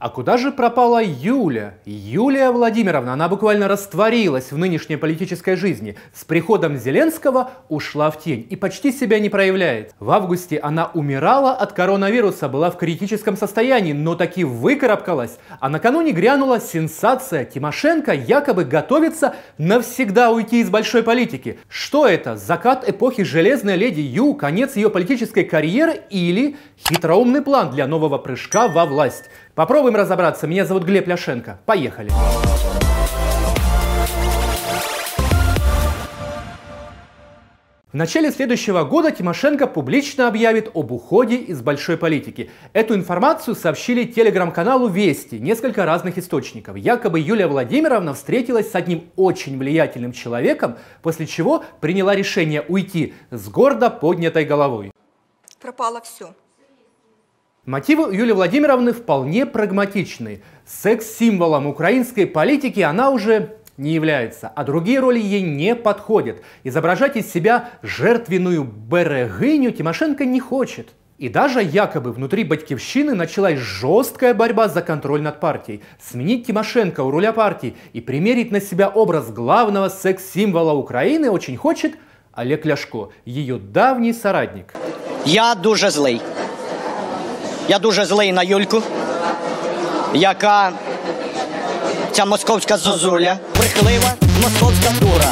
А куда же пропала Юля? Юлия Владимировна, она буквально растворилась в нынешней политической жизни. С приходом Зеленского ушла в тень и почти себя не проявляет. В августе она умирала от коронавируса, была в критическом состоянии, но таки выкарабкалась. А накануне грянула сенсация. Тимошенко якобы готовится навсегда уйти из большой политики. Что это? Закат эпохи Железной леди Ю, конец ее политической карьеры или хитроумный план для нового прыжка во власть? Попробуем разобраться. Меня зовут Глеб Ляшенко. Поехали! В начале следующего года Тимошенко публично объявит об уходе из большой политики. Эту информацию сообщили телеграм-каналу «Вести» несколько разных источников. Якобы Юлия Владимировна встретилась с одним очень влиятельным человеком, после чего приняла решение уйти с гордо поднятой головой. Пропало все. Мотивы Юлии Владимировны вполне прагматичны. Секс-символом украинской политики она уже не является, а другие роли ей не подходят. Изображать из себя жертвенную берегиню Тимошенко не хочет. И даже якобы внутри Батькивщины началась жесткая борьба за контроль над партией. Сменить Тимошенко у руля партии и примерить на себя образ главного секс-символа Украины очень хочет Олег Ляшко, ее давний соратник. Я дуже злий. Я дуже злий на Юльку, яка ця московська зозуля, брехлива московська дура,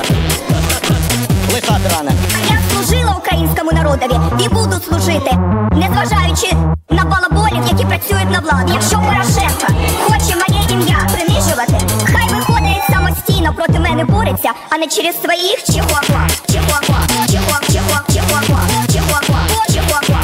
лиха драна. Я служила українському народові і буду служити, незважаючи на балаболів, які працюють на владі. Якщо Порошенко хоче моє ім'я принижувати, хай виходить самостійно проти мене бореться, а не через своїх чихуахуа, чихуахуа, чихуах, чихуах, чихуахуа, чихуахуа, чихуахуа.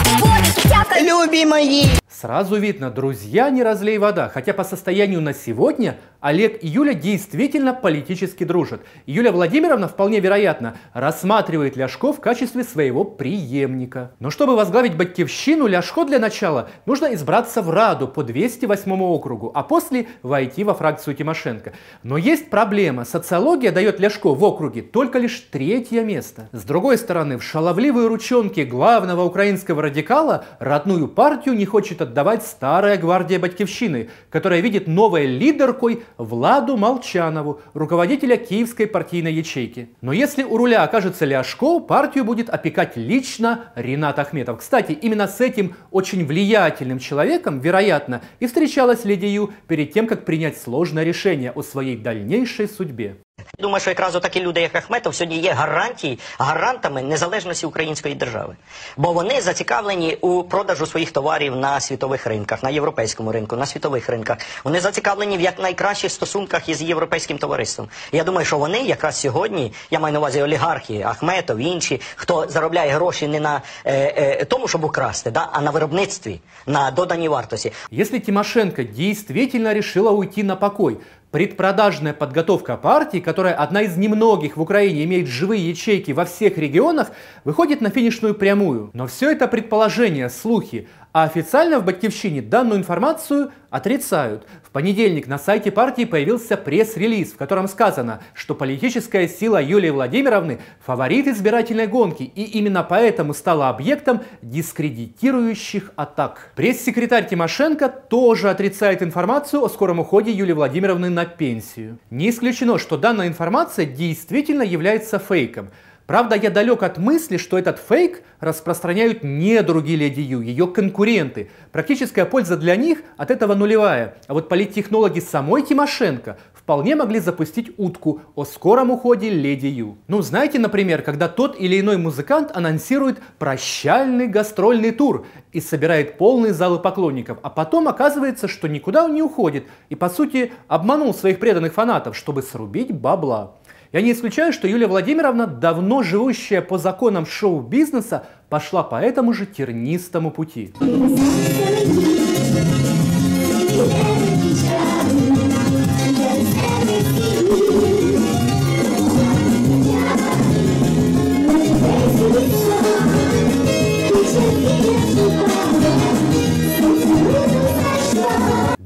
Любі мої! Сразу видно, друзья, не разлей вода. Хотя по состоянию на сегодня Олег и Юля действительно политически дружат. Юлия Владимировна, вполне вероятно, рассматривает Ляшко в качестве своего преемника. Но чтобы возглавить Батькивщину, Ляшко для начала нужно избраться в Раду по 208 округу, а после войти во фракцию Тимошенко. Но есть проблема. Социология дает Ляшко в округе только лишь 3-е место. С другой стороны, в шаловливые ручонки главного украинского радикала родную партию не хочет отдавать старая гвардия Батькивщины, которая видит новой лидеркой Владу Молчанову, руководителя киевской партийной ячейки. Но если у руля окажется Ляшко, партию будет опекать лично Ринат Ахметов. Кстати, именно с этим очень влиятельным человеком, вероятно, и встречалась леди Ю перед тем, как принять сложное решение о своей дальнейшей судьбе. Думаю, що якраз такі люди, як Ахметов, сьогодні є гарантами незалежності української держави. Бо вони зацікавлені у продажу своїх товарів на світових ринках, на європейському ринку, на світових ринках. Вони зацікавлені в якнайкращих стосунках із європейським товариством. І я думаю, що вони якраз сьогодні, я маю на увазі олігархи, Ахметов, інші, хто заробляє гроші не на тому, щоб украсти, а на виробництві, на доданій вартості. Если Тимошенко действительно решила уйти на покой, предпродажная подготовка партии, которая одна из немногих в Украине имеет живые ячейки во всех регионах, выходит на финишную прямую. Но все это предположения, слухи, а официально в Батькивщине данную информацию отрицают. В понедельник на сайте партии появился пресс-релиз, в котором сказано, что политическая сила Юлии Владимировны – фаворит избирательной гонки и именно поэтому стала объектом дискредитирующих атак. Пресс-секретарь Тимошенко тоже отрицает информацию о скором уходе Юлии Владимировны на пенсию. Не исключено, что данная информация действительно является фейком. Правда, я далек от мысли, что этот фейк распространяют недруги леди Ю, ее конкуренты. Практическая польза для них от этого нулевая. А вот политтехнологи самой Тимошенко вполне могли запустить утку о скором уходе леди Ю. Ну, знаете, например, когда тот или иной музыкант анонсирует прощальный гастрольный тур и собирает полные залы поклонников, а потом оказывается, что никуда он не уходит и, по сути, обманул своих преданных фанатов, чтобы срубить бабла. Я не исключаю, что Юлия Владимировна, давно живущая по законам шоу-бизнеса, пошла по этому же тернистому пути.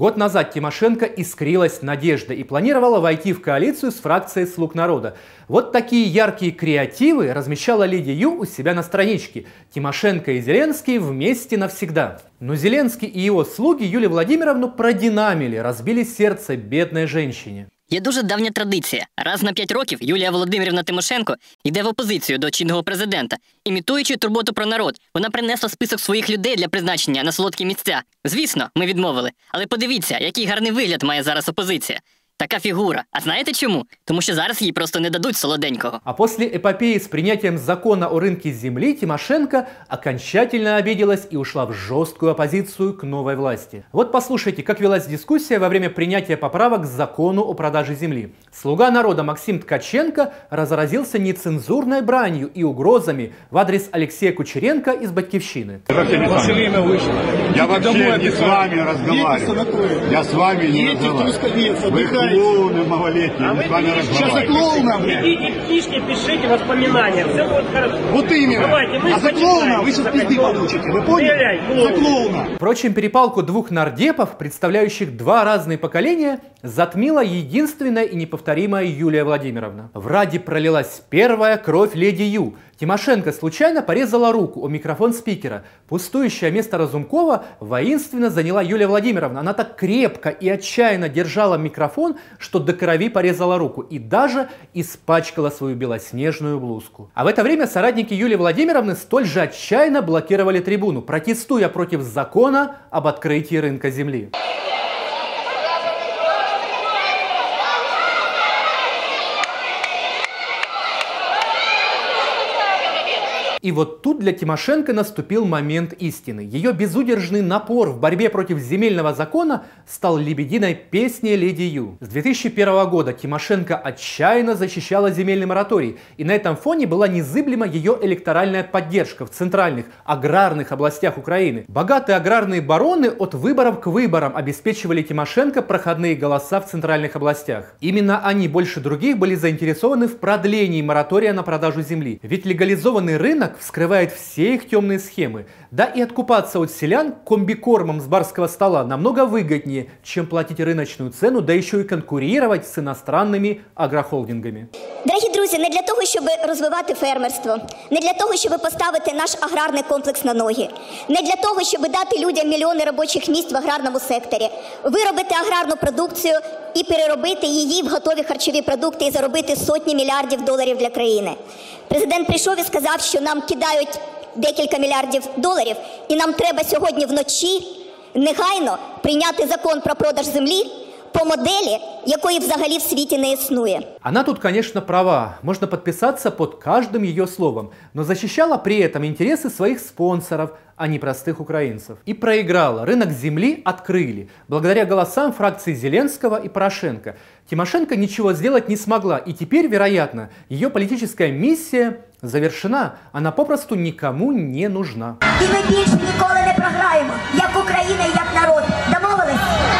Год назад Тимошенко искрилась надеждой и планировала войти в коалицию с фракцией «Слуг народа». Вот такие яркие креативы размещала леди Ю у себя на страничке. Тимошенко и Зеленский вместе навсегда. Но Зеленский и его слуги Юлию Владимировну продинамили, разбили сердце бедной женщине. Є дуже давня традиція. Раз на 5 років Юлія Володимирівна Тимошенко йде в опозицію до чинного президента. Імітуючи турботу про народ, вона принесла список своїх людей для призначення на солодкі місця. Звісно, ми відмовили. Але подивіться, який гарний вигляд має зараз опозиція. Така фігура. А знаєте чому? Тому що зараз їй просто не дадуть солоденького. А после эпопеи с принятием закона о рынке земли Тимошенко окончательно обиделась и ушла в жесткую оппозицию к новой власти. Вот послушайте, как велась дискуссия во время принятия поправок к закону о продаже земли. Слуга народа Максим Ткаченко разразился нецензурной бранью и угрозами в адрес Алексея Кучеренко из «Батькивщины». Я вообще не с вами разговариваю. Я с вами не разговариваю. Клоуны малолетние, мы с вами разговариваем. Идите в книжке, пишите воспоминания, все будет хорошо. Вот именно. Давайте, а за клоуна вы сейчас пизды получите, вы поняли? За клоуна. Впрочем, перепалку двух нардепов, представляющих два разные поколения, затмила единственная и неповторимая Юлия Владимировна. В Раде пролилась первая кровь леди Ю. Тимошенко случайно порезала руку о микрофон спикера. Пустующее место Разумкова воинственно заняла Юлия Владимировна. Она так крепко и отчаянно держала микрофон, что до крови порезала руку и даже испачкала свою белоснежную блузку. А в это время соратники Юлии Владимировны столь же отчаянно блокировали трибуну, протестуя против закона об открытии рынка земли. И вот тут для Тимошенко наступил момент истины. Ее безудержный напор в борьбе против земельного закона стал лебединой песней леди Ю. С 2001 года Тимошенко отчаянно защищала земельный мораторий, и на этом фоне была незыблема ее электоральная поддержка в центральных аграрных областях Украины. Богатые аграрные бароны от выборов к выборам обеспечивали Тимошенко проходные голоса в центральных областях. Именно они больше других были заинтересованы в продлении моратория на продажу земли. Ведь легализованный рынок вскрывает все их темные схемы. Да и откупаться от селян комбикормом с барского стола намного выгоднее, чем платить рыночную цену, да еще и конкурировать с иностранными агрохолдингами. Дорогі друзі, не для того, щоб розвивати фермерство, не для того, щоб поставити наш аграрний комплекс на ноги, не для того, щоб дати людям мільйони робочих місць в аграрному секторі, виробити аграрну продукцію і переробити її в готові харчові продукти і заробити сотні мільярдів доларів для країни. Президент прийшов і сказав, що нам кидають декілька мільярдів доларів, і нам треба сьогодні вночі негайно прийняти закон про продаж землі по модели, якої взагалі в світі не існує. Она тут, конечно, права. Можно подписаться под каждым ее словом, но защищала при этом интересы своих спонсоров, а не простых украинцев. И проиграла. Рынок земли открыли. Благодаря голосам фракции Зеленского и Порошенко. Тимошенко ничего сделать не смогла. И теперь, вероятно, ее политическая миссия завершена. Она попросту никому не нужна. І ми більше ніколи не програємо, як Україна і як народ. Домовились?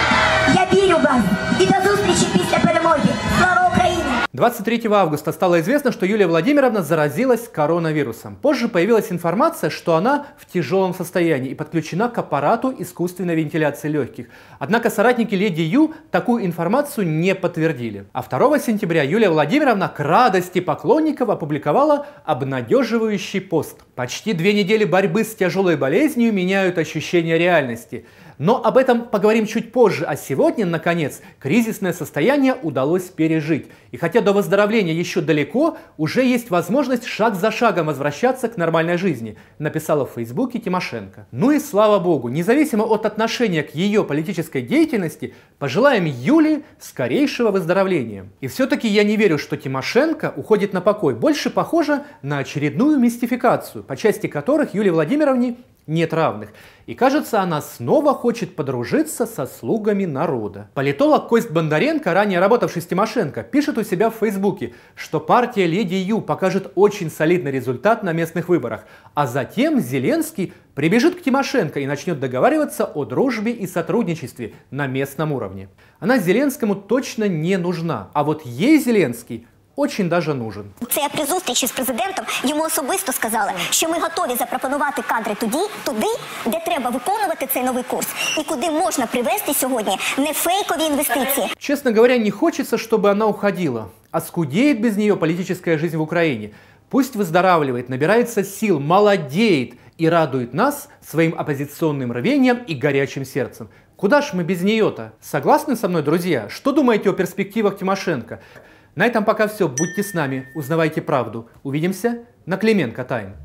Я вірю в вас. І до зустрічі після перемоги. Слава Україні! 23 августа стало известно, что Юлия Владимировна заразилась коронавирусом. Позже появилась информация, что она в тяжелом состоянии и подключена к аппарату искусственной вентиляции легких. Однако соратники леди Ю такую информацию не подтвердили. А 2 сентября Юлия Владимировна к радости поклонников опубликовала обнадеживающий пост. Почти 2 недели борьбы с тяжелой болезнью меняют ощущение реальности. Но об этом поговорим чуть позже, а сегодня, наконец, кризисное состояние удалось пережить. И хотя до выздоровления еще далеко, уже есть возможность шаг за шагом возвращаться к нормальной жизни, написала в Фейсбуке Тимошенко. Ну и слава богу, независимо от отношения к ее политической деятельности, пожелаем Юле скорейшего выздоровления. И все-таки я не верю, что Тимошенко уходит на покой. Больше похоже на очередную мистификацию, по части которых Юлии Владимировне нет равных. И кажется, она снова хочет подружиться со слугами народа. Политолог Кость Бондаренко, ранее работавший с Тимошенко, пишет у себя в Фейсбуке, что партия леди Ю покажет очень солидный результат на местных выборах, а затем Зеленский прибежит к Тимошенко и начнет договариваться о дружбе и сотрудничестве на местном уровне. Она Зеленскому точно не нужна, а вот ей Зеленский очень даже нужен. Це я при зустрічі з президентом йому особисто сказала, що ми готові запропонувати кадри туди, де треба виконувати цей новий курс, і куди можна привести сьогодні не фейкові інвестиції. Честно говоря, не хочется, чтобы она уходила. Оскудеет без нее политическая жизнь в Украине. Пусть выздоравливает, набирается сил, молодеет и радует нас своим оппозиционным рвением и горячим сердцем. Куда ж мы без нее-то? Согласны со мной, друзья? Что думаете о перспективах Тимошенко? На этом пока все. Будьте с нами, узнавайте правду. Увидимся на Клименко Тайм.